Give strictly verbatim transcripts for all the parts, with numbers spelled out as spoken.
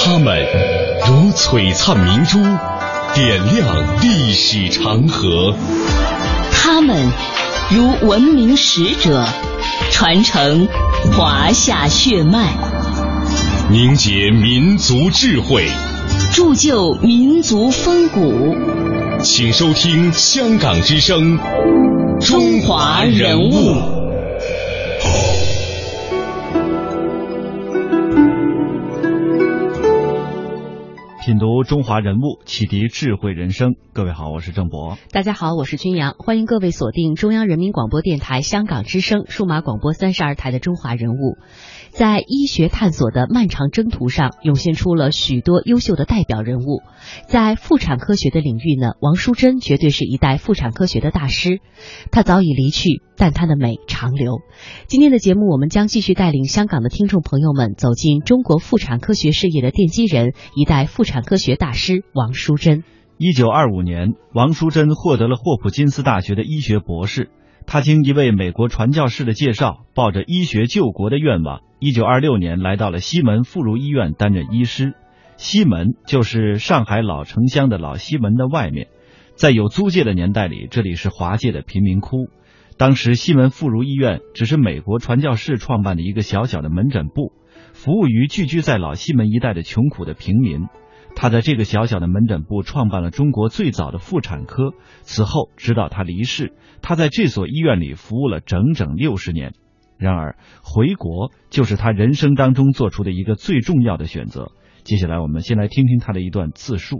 他们如璀璨明珠，点亮历史长河； 他们如文明使者，传承华夏血脉， 凝结民族智慧， 铸就民族风骨。 请收听香港之声《中华人物》。 品读中华人物，启迪智慧人生。各位好，我是郑博。 大家好，我是君阳。欢迎各位锁定中央人民广播电台香港之声数码广播三十二台的中华人物。在医学探索的漫长征途上，涌现出了许多优秀的代表人物。在妇产科学的领域呢，王淑珍绝对是一代妇产科学的大师。她早已离去，但她的美长留。今天的节目，我们将继续带领香港的听众朋友们走进中国妇产科学事业的奠基人，一代妇产科学大师王淑珍。 一九二五年，王淑珍获得了霍普金斯大学的医学博士。他经一位美国传教士的介绍，抱着医学救国的愿望，一九二六年来到了西门妇孺医院担任医师。西门就是上海老城乡的老西门的外面，在有租界的年代里，这里是华界的贫民窟。当时西门妇孺医院只是美国传教士创办的一个小小的门诊部，服务于聚居在老西门一带的穷苦的平民。他在这个小小的门诊部创办了中国最早的妇产科，此后直到他离世，他在这所医院里服务了整整六十年。然而回国就是他人生当中做出的一个最重要的选择。接下来我们先来听听他的一段自述。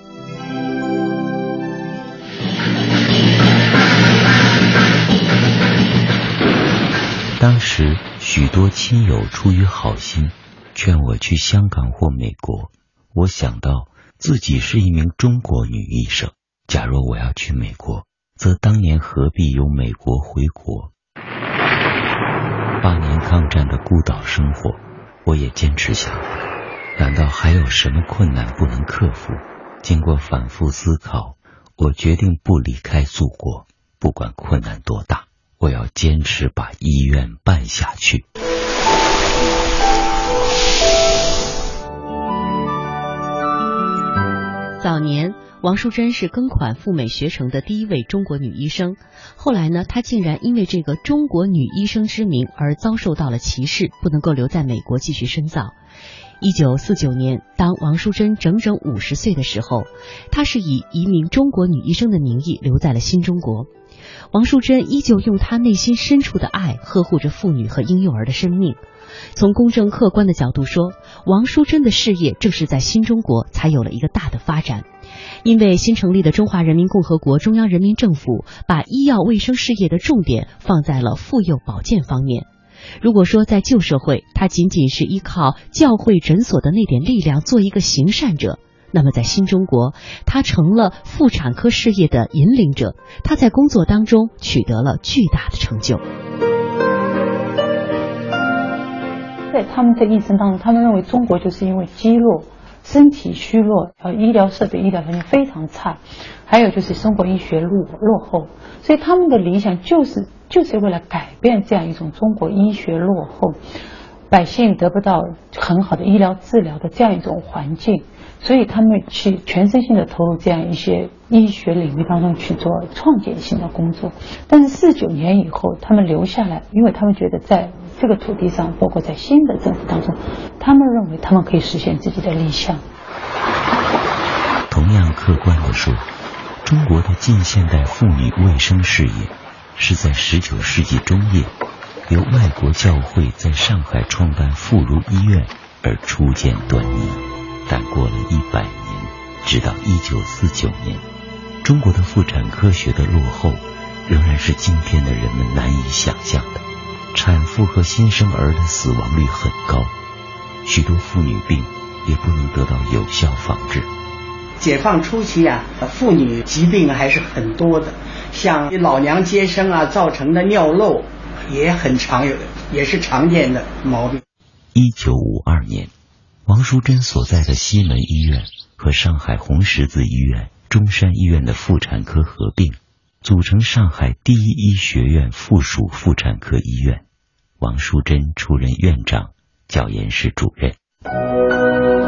当时许多亲友出于好心劝我去香港或美国，我想到自己是一名中国女医生，假若我要去美国，则当年何必由美国回国？八年抗战的孤岛生活，我也坚持下来。难道还有什么困难不能克服？经过反复思考，我决定不离开祖国，不管困难多大，我要坚持把医院办下去。 早年，王淑珍是庚款赴美学成的第一位中国女医生。后来呢，她竟然因为这个中国女医生之名而遭受到了歧视，不能够留在美国继续深造。一九四九年，当王淑珍整整五十岁的时候，她是以一名中国女医生的名义留在了新中国。王淑珍依旧用她内心深处的爱呵护着妇女和婴幼儿的生命。从公正客观的角度说，王淑珍的事业正是在新中国才有了一个大的发展。因为新成立的中华人民共和国中央人民政府把医药卫生事业的重点放在了妇幼保健方面。如果说在旧社会，他仅仅是依靠教会诊所的那点力量做一个行善者，那么在新中国，他成了妇产科事业的引领者，他在工作当中取得了巨大的成就。 在他们这一生当中，他们认为中国就是因为肌弱、身体虚弱，呃，医疗设备、医疗条件非常差，还有就是生活医学落落后，所以他们的理想就是就是为了改变这样一种中国医学落后、百姓得不到很好的医疗治疗的这样一种环境，所以他们去全身心的投入这样一些医学领域当中去做创建性的工作。但是四九年以后，他们留下来，因为他们觉得在这个土地上，包括在新的政府当中，他们认为他们可以实现自己的理想。 同样客观地说，中国的近现代妇女卫生事业是在十九世纪中叶由外国教会在上海创办妇孺医院而初见端倪。但过了一百年，直到一九四九年，中国的妇产科学的落后仍然是今天的人们难以想象的。产妇和新生儿的死亡率很高，许多妇女病也不能得到有效防治。 解放初期啊，妇女疾病还是很多的，像老娘接生啊造成的尿漏也很常有的，也是常见的毛病。 一九五二年，王淑珍所在的西门医院和上海红十字医院、中山医院的妇产科合并，组成上海第一医学院附属妇产科医院。王淑珍出任院长，教研室主任。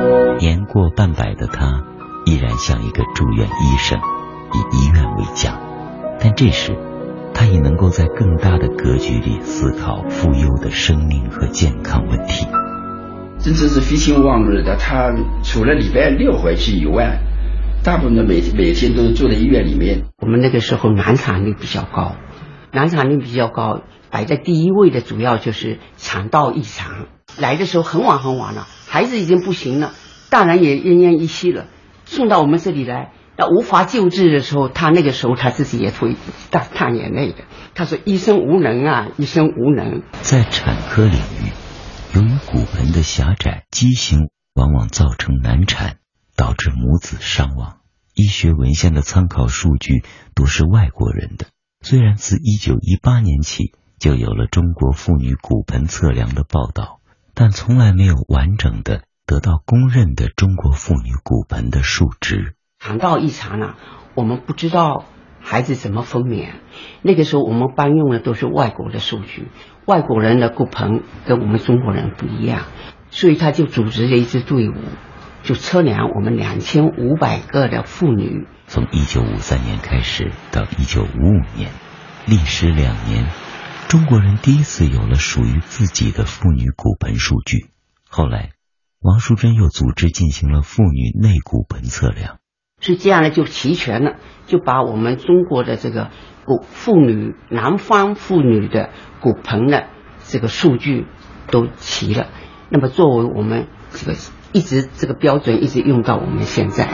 年过半百的他依然像一个住院医生，以医院为家，但这时他也能够在更大的格局里思考妇幼的生命和健康问题。 真正是废寝忘日的，他除了礼拜六回去以外，大部分的每每天都住在医院里面。 我们那个时候难产率比较高，难产率比较高，摆在第一位的主要就是产道异常。来的时候很晚很晚了，孩子已经不行了，大人也奄奄一息了，送到我们这里来，那无法救治的时候，他那个时候他自己也会大淌眼泪的。他说：“医生无能啊，医生无能。” 在产科领域，由于骨盆的狭窄，畸形往往造成难产，导致母子伤亡。医学文献的参考数据都是外国人的。虽然自一九一八年起就有了中国妇女骨盆测量的报道，但从来没有完整的得到公认的中国妇女骨盆的数值。 产道异常了，我们不知道孩子怎么分娩。那个时候我们搬用的都是外国的数据，外国人的骨盆跟我们中国人不一样，所以他就组织了一支队伍，就测量我们两千五百个的妇女。 从一九五三年开始到一九五五年，历时两年，中国人第一次有了属于自己的妇女骨盆数据。后来王淑珍又组织进行了妇女内骨盆测量， 是这样的，就齐全了，就把我们中国的这个骨妇女南方妇女的骨盆的这个数据都齐了。那么作为我们这个一直这个标准一直用到我们现在。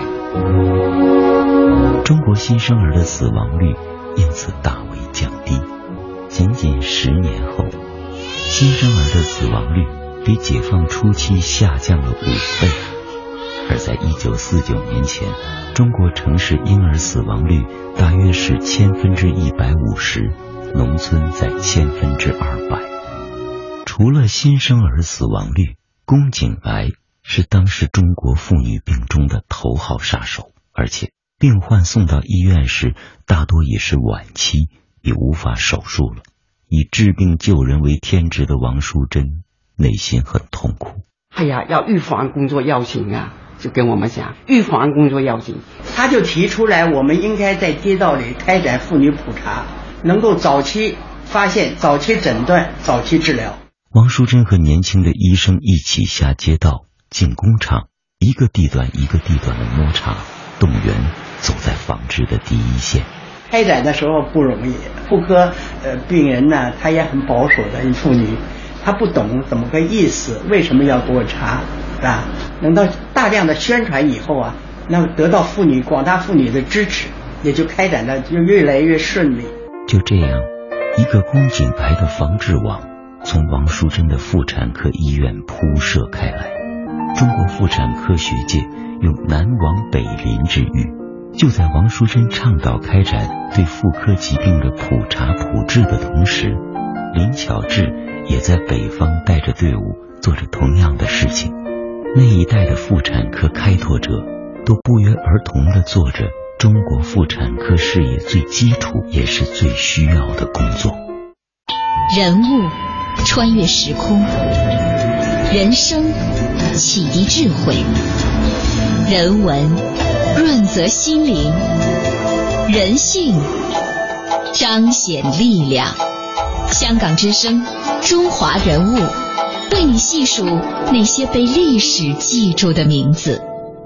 中国新生儿的死亡率因此大为降低，仅仅十年后，新生儿的死亡率比解放初期下降了五倍。而在一九四九年前，中国城市婴儿死亡率大约是千分之一百五十，农村在千分之二百。除了新生儿死亡率，宫颈癌是当时中国妇女病中的头号杀手，而且病患送到医院时大多也是晚期，也无法手术了。以治病救人为天职的王淑珍内心很痛苦。 哎呀，要预防工作要紧啊，就跟我们讲预防工作要紧。 他就提出来，我们应该在街道里开展妇女普查，能够早期发现、早期诊断、早期治疗。 王淑珍和年轻的医生一起下街道，进工厂，一个地段一个地段的摸查、动员，走在防治的第一线。 开展的时候不容易，妇科呃病人呢，他也很保守的，一妇女，他不懂怎么个意思，为什么要给我查啊？等到大量的宣传以后啊，那么得到妇女广大妇女的支持，也就开展的就越来越顺利。 就这样，一个宫颈癌的防治网从王淑珍的妇产科医院铺设开来。中国妇产科学界用南往北临之誉，就在王淑珍倡导开展对妇科疾病的普查普治的同时，林巧稚也在北方带着队伍做着同样的事情。那一代的妇产科开拓者都不约而同地做着中国妇产科事业最基础也是最需要的工作。 人物穿越时空，人生启迪智慧，人文润泽心灵，人性彰显力量。香港之声，中华人物，为你细数那些被历史记住的名字。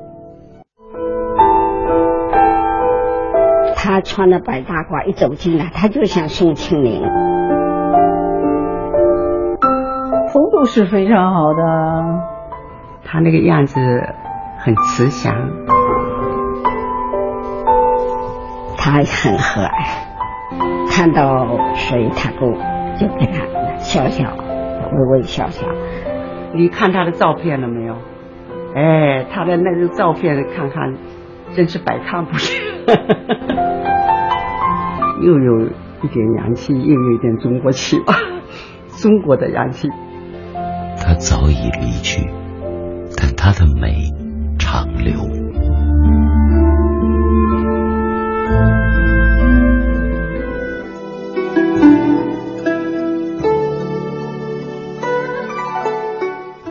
他穿了白大褂一走进来，他就像宋庆龄。 风度是非常好的， 他那个样子很慈祥， 他很和蔼，看到谁他都就跟他笑笑，微微笑笑。 你看他的照片了没有？哎，他的那个照片看看，真是百看不厌。又有一点洋气，又有一点中国气吧，中国的洋气。 他早已离去，但他的美长留。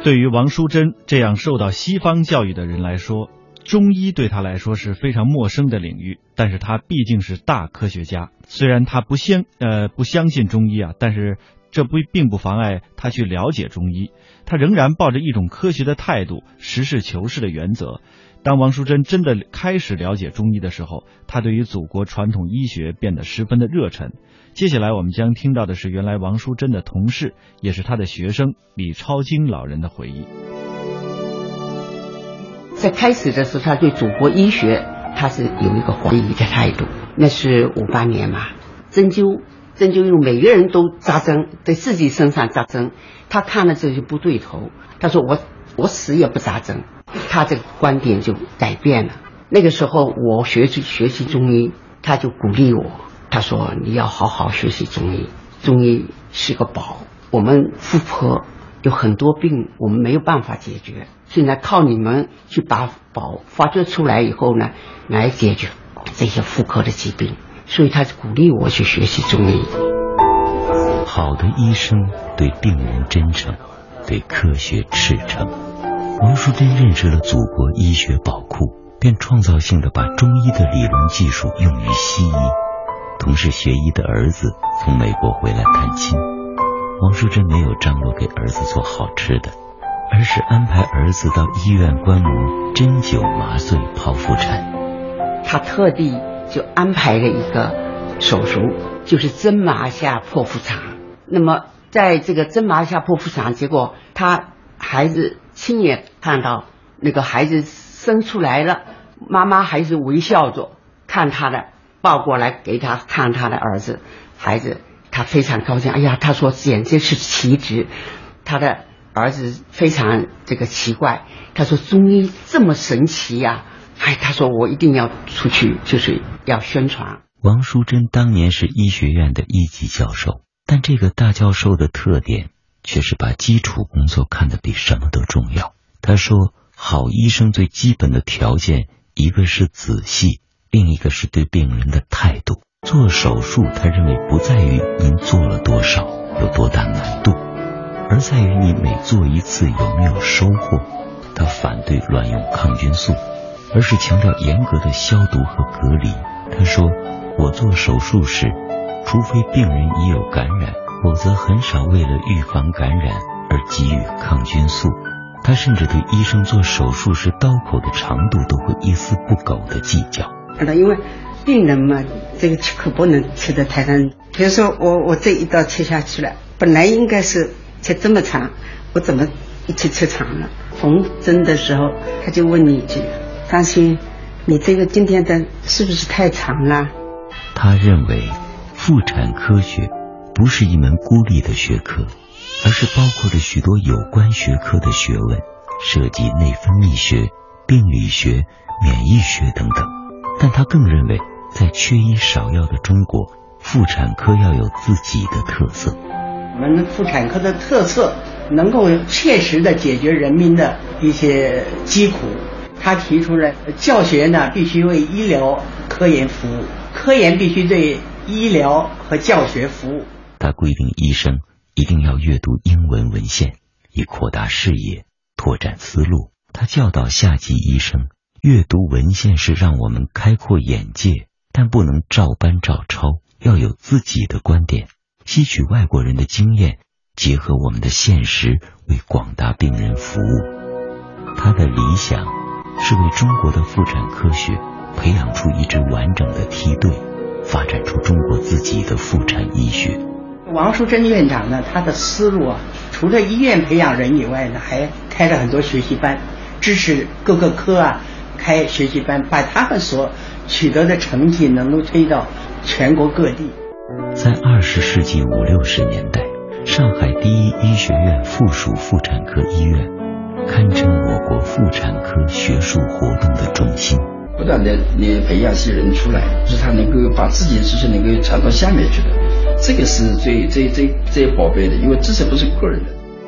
对于王淑珍这样受到西方教育的人来说，中医对他来说是非常陌生的领域，但是他毕竟是大科学家，虽然他不相呃不相信中医啊，但是这不并不妨碍他去了解中医，他仍然抱着一种科学的态度，实事求是的原则。当王淑珍真的开始了解中医的时候，他对于祖国传统医学变得十分的热忱。接下来我们将听到的是原来王淑珍的同事，也是他的学生李超京老人的回忆。 在开始的时候，他对祖国医学他是有一个怀疑的态度。那是五八年嘛，针灸针灸用每个人都扎针，在自己身上扎针，他看了这就不对头，他说我我死也不扎针。他这个观点就改变了。那个时候我学习学习中医，他就鼓励我，他说你要好好学习中医，中医是个宝，我们妇科有很多病我们没有办法解决，所以呢靠你们去把宝发掘出来以后呢，来解决这些妇科的疾病，所以他就鼓励我去学习中医。 好的医生对病人真诚，对科学赤诚。王淑珍认识了祖国医学宝库，便创造性地把中医的理论技术用于西医。同是学医的儿子从美国回来探亲，王淑珍没有张罗给儿子做好吃的，而是安排儿子到医院观摩针灸、麻醉、剖腹产。 他特地就安排了一个手术，就是针麻下剖腹产。那么在这个针麻下剖腹产，结果他孩子亲眼看到那个孩子生出来了，妈妈还是微笑着看他的，抱过来给他看他的儿子，孩子他非常高兴，哎呀，他说简直是奇迹。他的儿子非常这个奇怪，他说中医这么神奇呀、啊，哎，他说我一定要出去，就是要宣传。 王淑珍当年是医学院的一级教授，但这个大教授的特点却是把基础工作看得比什么都重要。他说，好医生最基本的条件，一个是仔细，另一个是对病人的态度。做手术，他认为不在于您做了多少，有多大难度，而在于你每做一次有没有收获。他反对乱用抗菌素，而是强调严格的消毒和隔离。他说，我做手术时，除非病人已有感染，否则很少为了预防感染而给予抗菌素。他甚至对医生做手术时刀口的长度都会一丝不苟地计较。 因为病人嘛，这个可不能切得太长。比如说我我这一刀切下去了，本来应该是切这么长，我怎么一切切长了？缝针的时候他就问你一句，张鑫，你这个今天的是不是太长了？ 他认为妇产科学不是一门孤立的学科，而是包括着许多有关学科的学问，涉及内分泌学、病理学、免疫学等等。但他更认为，在缺医少药的中国，妇产科要有自己的特色。 我们妇产科的特色能够切实的解决人民的一些疾苦。他提出了教学呢必须为医疗科研服务，科研必须对医疗和教学服务。 他规定医生一定要阅读英文文献，以扩大视野，拓展思路。他教导下级医生，阅读文献是让我们开阔眼界，但不能照搬照抄，要有自己的观点，吸取外国人的经验，结合我们的现实，为广大病人服务。他的理想是为中国的妇产科学培养出一支完整的梯队，发展出中国自己的妇产医学。 王淑珍院长呢，他的思路啊，除了医院培养人以外呢，还开了很多学习班，支持各个科啊开学习班，把他们所取得的成绩能够推到全国各地。 在二十世纪五六十年代，上海第一医学院附属妇产科医院堪称我国妇产科学术活动的中心， 不断的你培养些人出来，就是他能够把自己的知识能够传到下面去的，这个是最最最最宝贝的，因为知识不是个人的。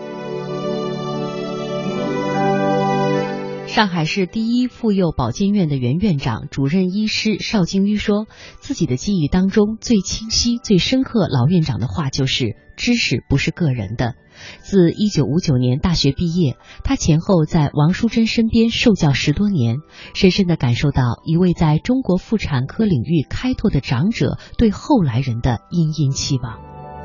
上海市第一妇幼保健院的原院长、主任医师邵金玉说，自己的记忆当中最清晰、最深刻老院长的话就是：知识不是个人的， 自一九五九年大学毕业，他前后在王淑珍身边受教十多年，深深地感受到一位在中国妇产科领域开拓的长者对后来人的殷殷期望。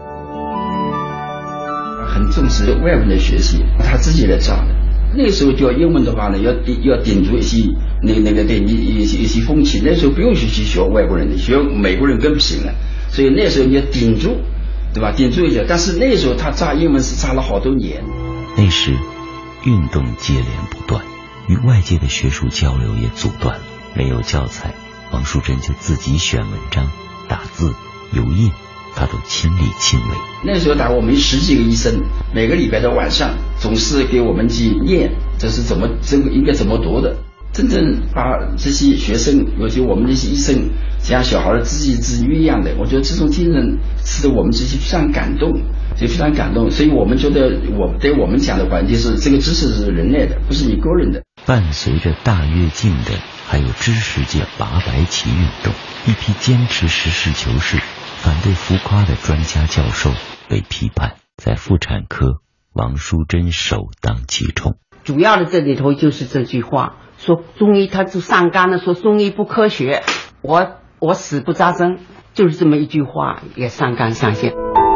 很重视外文的学习，他自己来找的。那个时候教英文的话呢，要要顶住一些那个那个对你一些一些风气。那时候不用去去学外国人的，学美国人更不行了。所以那时候你要顶住，对吧？顶住一下。但是那时候他查英文是查了好多年。 那时运动接连不断，与外界的学术交流也阻断了。没有教材，王淑珍就自己选文章、打字、油印，他都亲力亲为。 那时候打我们十几个医生，每个礼拜的晚上总是给我们去念，这是怎么这个应该怎么读的。真正把这些学生，尤其我们这些医生，像小孩自己自愈一样的，我觉得这种精神使得我们这些非常感动，就非常感动。所以我们觉得，我对我们讲的话，就是这个知识是人类的，不是你个人的。 伴随着大跃进的，还有知识界拔白旗运动，一批坚持实事求是、反对浮夸的专家教授被批判，在妇产科，王淑珍首当其冲。 主要的这里头就是这句话，说中医他就上纲了，说中医不科学，我我死不扎针，就是这么一句话也上纲上线。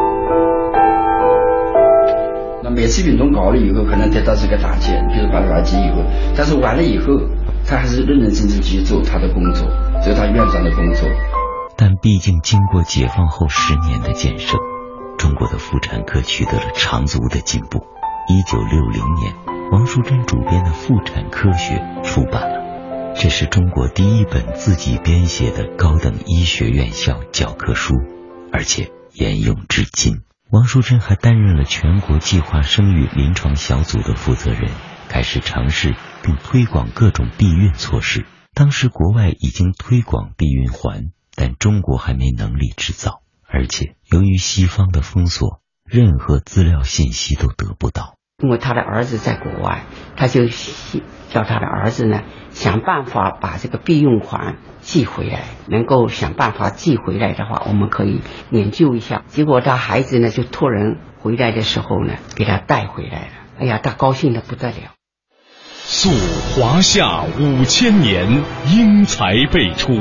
那每次运动搞了以后，可能得到这个打击，比如把它打击以后，但是完了以后，他还是认认真真去做他的工作，做他院长的工作。 但毕竟经过解放后十年的建设，中国的妇产科取得了长足的进步。一九六零年，王淑珍主编的《妇产科学》出版了，这是中国第一本自己编写的高等医学院校教科书，而且沿用至今。王淑珍还担任了全国计划生育临床小组的负责人，开始尝试并推广各种避孕措施。当时国外已经推广避孕环，但中国还没能力制造，而且由于西方的封锁，任何资料信息都得不到。 因为他的儿子在国外，他就叫他的儿子呢想办法把这个避孕环寄回来，能够想办法寄回来的话，我们可以研究一下。结果他孩子呢就突然回来的时候呢，给他带回来了。哎呀，他高兴得不得了。 溯华夏五千年，英才辈出，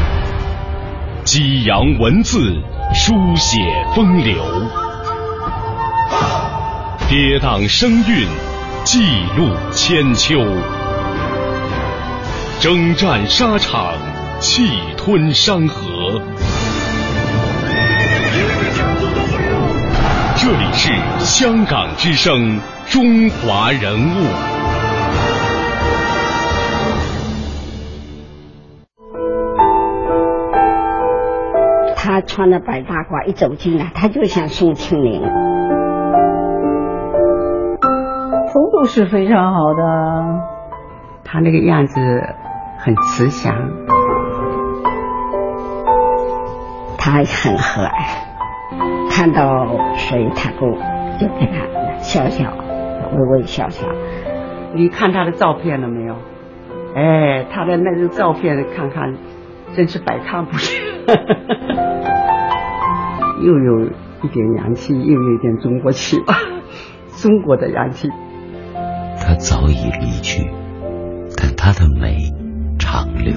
激扬文字，书写风流，跌宕声韵，记录千秋，征战沙场，气吞山河。这里是香港之声，中华人物。 他穿着白大褂一走进来，他就像宋庆龄。 风度是非常好的， 他那个样子很慈祥， 他很和蔼，看到谁他都就跟他笑笑，微微笑笑。 你看他的照片了没有？哎，他的那个照片看看，真是百看不厌。又有一点洋气，又有一点中国气吧，中国的洋气。 他早已离去，但他的美长留。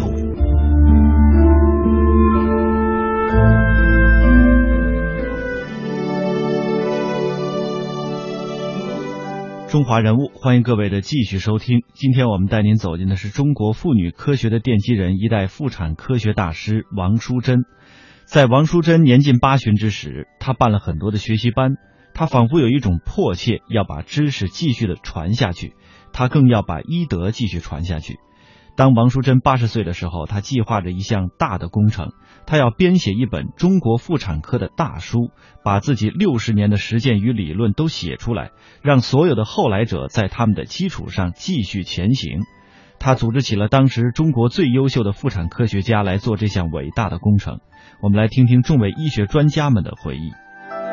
中华人物，欢迎各位的继续收听。今天我们带您走进的是中国妇女科学的奠基人，一代妇产科学大师王淑珍。在王淑珍年近八旬之时，她办了很多的学习班，她仿佛有一种迫切要把知识继续的传下去，她更要把医德继续传下去。当王淑珍八十岁的时候，她计划着一项大的工程，她要编写一本中国妇产科的大书，把自己六十年的实践与理论都写出来，让所有的后来者在他们的基础上继续前行。她组织起了当时中国最优秀的妇产科学家来做这项伟大的工程。我们来听听众位医学专家们的回忆。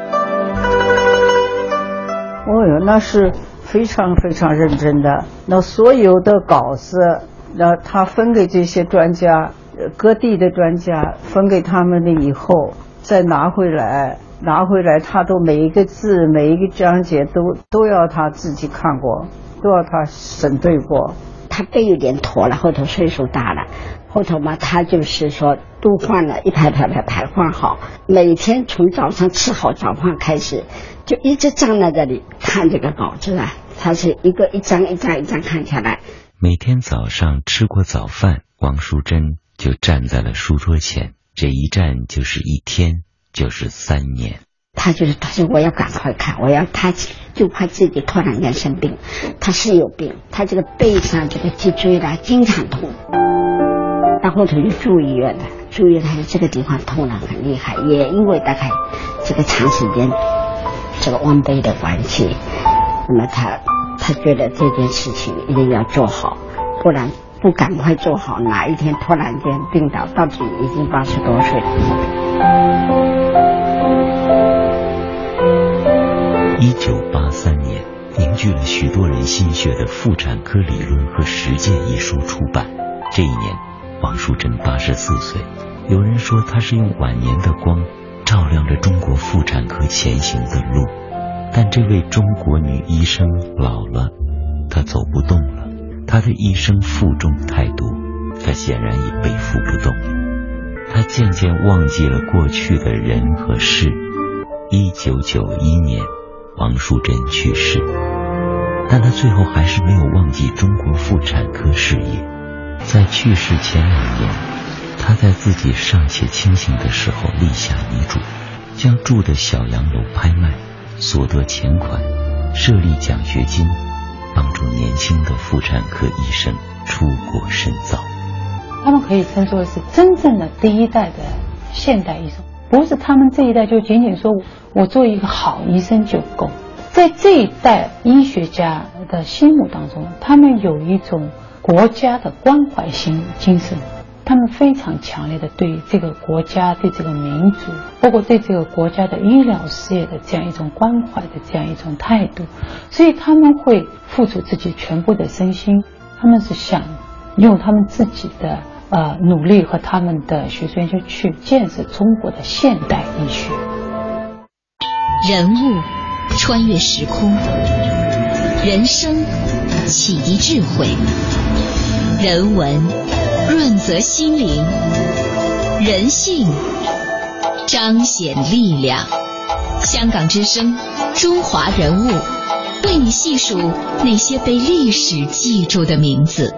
哦哟，那是非常非常认真的。那所有的稿子，那他分给这些专家，各地的专家分给他们了以后，再拿回来， 拿回来，他都每一个字每一个讲解都都要他自己看过，都要他审对过。 他背有点驼了，后头岁数大了，后头嘛他就是说都换了，一排排排排换好，每天从早上吃好早饭开始，就一直站在这里看这个稿子啊，他是一个一张一张一张看下来。 每天早上吃过早饭，王淑珍就站在了书桌前，这一站就是一天，就是三年。 他就是他说我要赶快看，我要他就怕自己突然间生病，他是有病，他这个背上这个脊椎啦经常痛，到后头就住医院了，住院他说这个地方痛得很厉害，也因为大概这个长时间这个弯背的关系，那么他他觉得这件事情一定要做好，不然不赶快做好，哪一天突然间病倒，到底已经八十多岁了。 一九八三年，凝聚了许多人心血的《妇产科理论和实践》一书出版。这一年，王淑珍八十四岁。有人说，她是用晚年的光照亮着中国妇产科前行的路。但这位中国女医生老了，她走不动了。她的一生负重太多，她显然已背负不动。她渐渐忘记了过去的人和事。一九九一年，王淑珍去世，但她最后还是没有忘记中国妇产科事业。在去世前两年，她在自己尚且清醒的时候立下遗嘱，将住的小洋楼拍卖，所得钱款设立奖学金，帮助年轻的妇产科医生出国深造。 他们可以称作是真正的第一代的现代医生，不是他们这一代就仅仅说我做一个好医生就够。在这一代医学家的心目当中，他们有一种国家的关怀心精神，他们非常强烈的对这个国家、对这个民族，包括对这个国家的医疗事业的这样一种关怀的这样一种态度，所以他们会付出自己全部的身心，他们是想用他们自己的呃努力和他们的学术研究去建设中国的现代医学。 人物穿越时空，人生启迪智慧，人文润泽心灵，人性彰显力量。香港之声，中华人物，为你细数那些被历史记住的名字。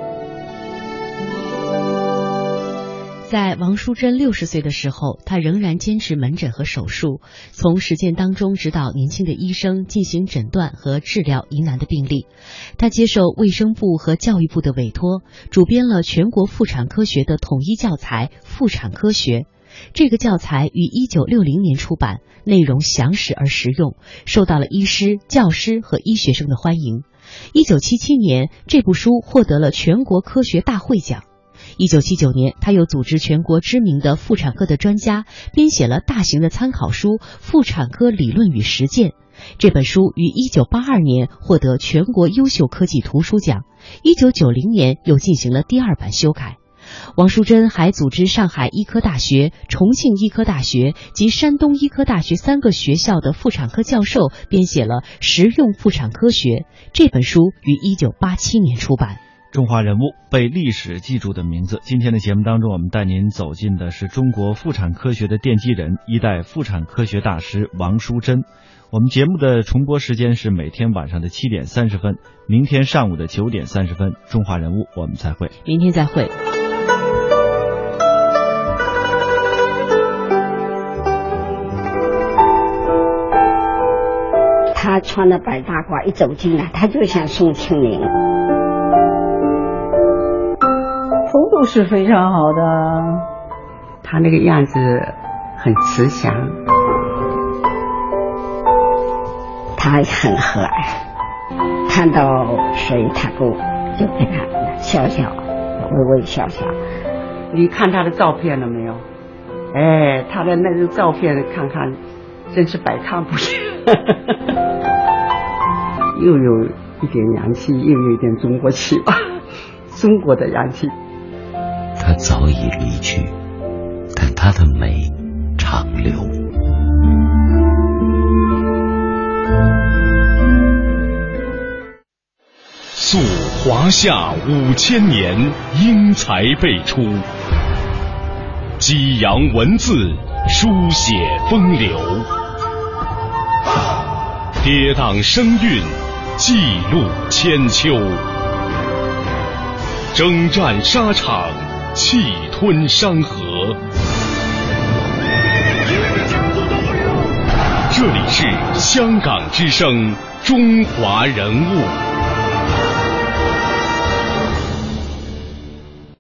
在王淑珍六十岁的时候，她仍然坚持门诊和手术，从实践当中指导年轻的医生进行诊断和治疗疑难的病例。她接受卫生部和教育部的委托，主编了全国妇产科学的统一教材《妇产科学》。这个教材于一九六零年出版，内容详实而实用，受到了医师、教师和医学生的欢迎。一九七七年，这部书获得了全国科学大会奖。一九七九年，他又组织全国知名的妇产科的专家编写了大型的参考书《妇产科理论与实践》。这本书于一九八二年获得全国优秀科技图书奖，一九九零年又进行了第二版修改。王淑珍还组织上海医科大学、重庆医科大学及山东医科大学三个学校的妇产科教授编写了《实用妇产科学》。这本书于一九八七年出版。 中华人物被历史记住的名字。今天的节目当中，我们带您走进的是中国妇产科学的奠基人，一代妇产科学大师王淑珍。我们节目的重播时间是每天晚上的七点三十分，明天上午的九点三十分。中华人物，我们再会。 明天再会。 他穿的白大褂一走进来，他就像宋庆龄。 风度是非常好的， 他那个样子很慈祥， 他很和蔼，看到谁他都就跟他笑笑，微微笑笑。 你看他的照片了没有？哎，他的那个照片看看，真是百看不厌。又有一点洋气，又有一点中国气吧，中国的洋气。 他早已离去，但他的美长留。 溯华夏五千年，英才辈出，激扬文字，书写风流，跌宕声韵，记录千秋，征战沙场，气吞山河。这里是香港之声，中华人物。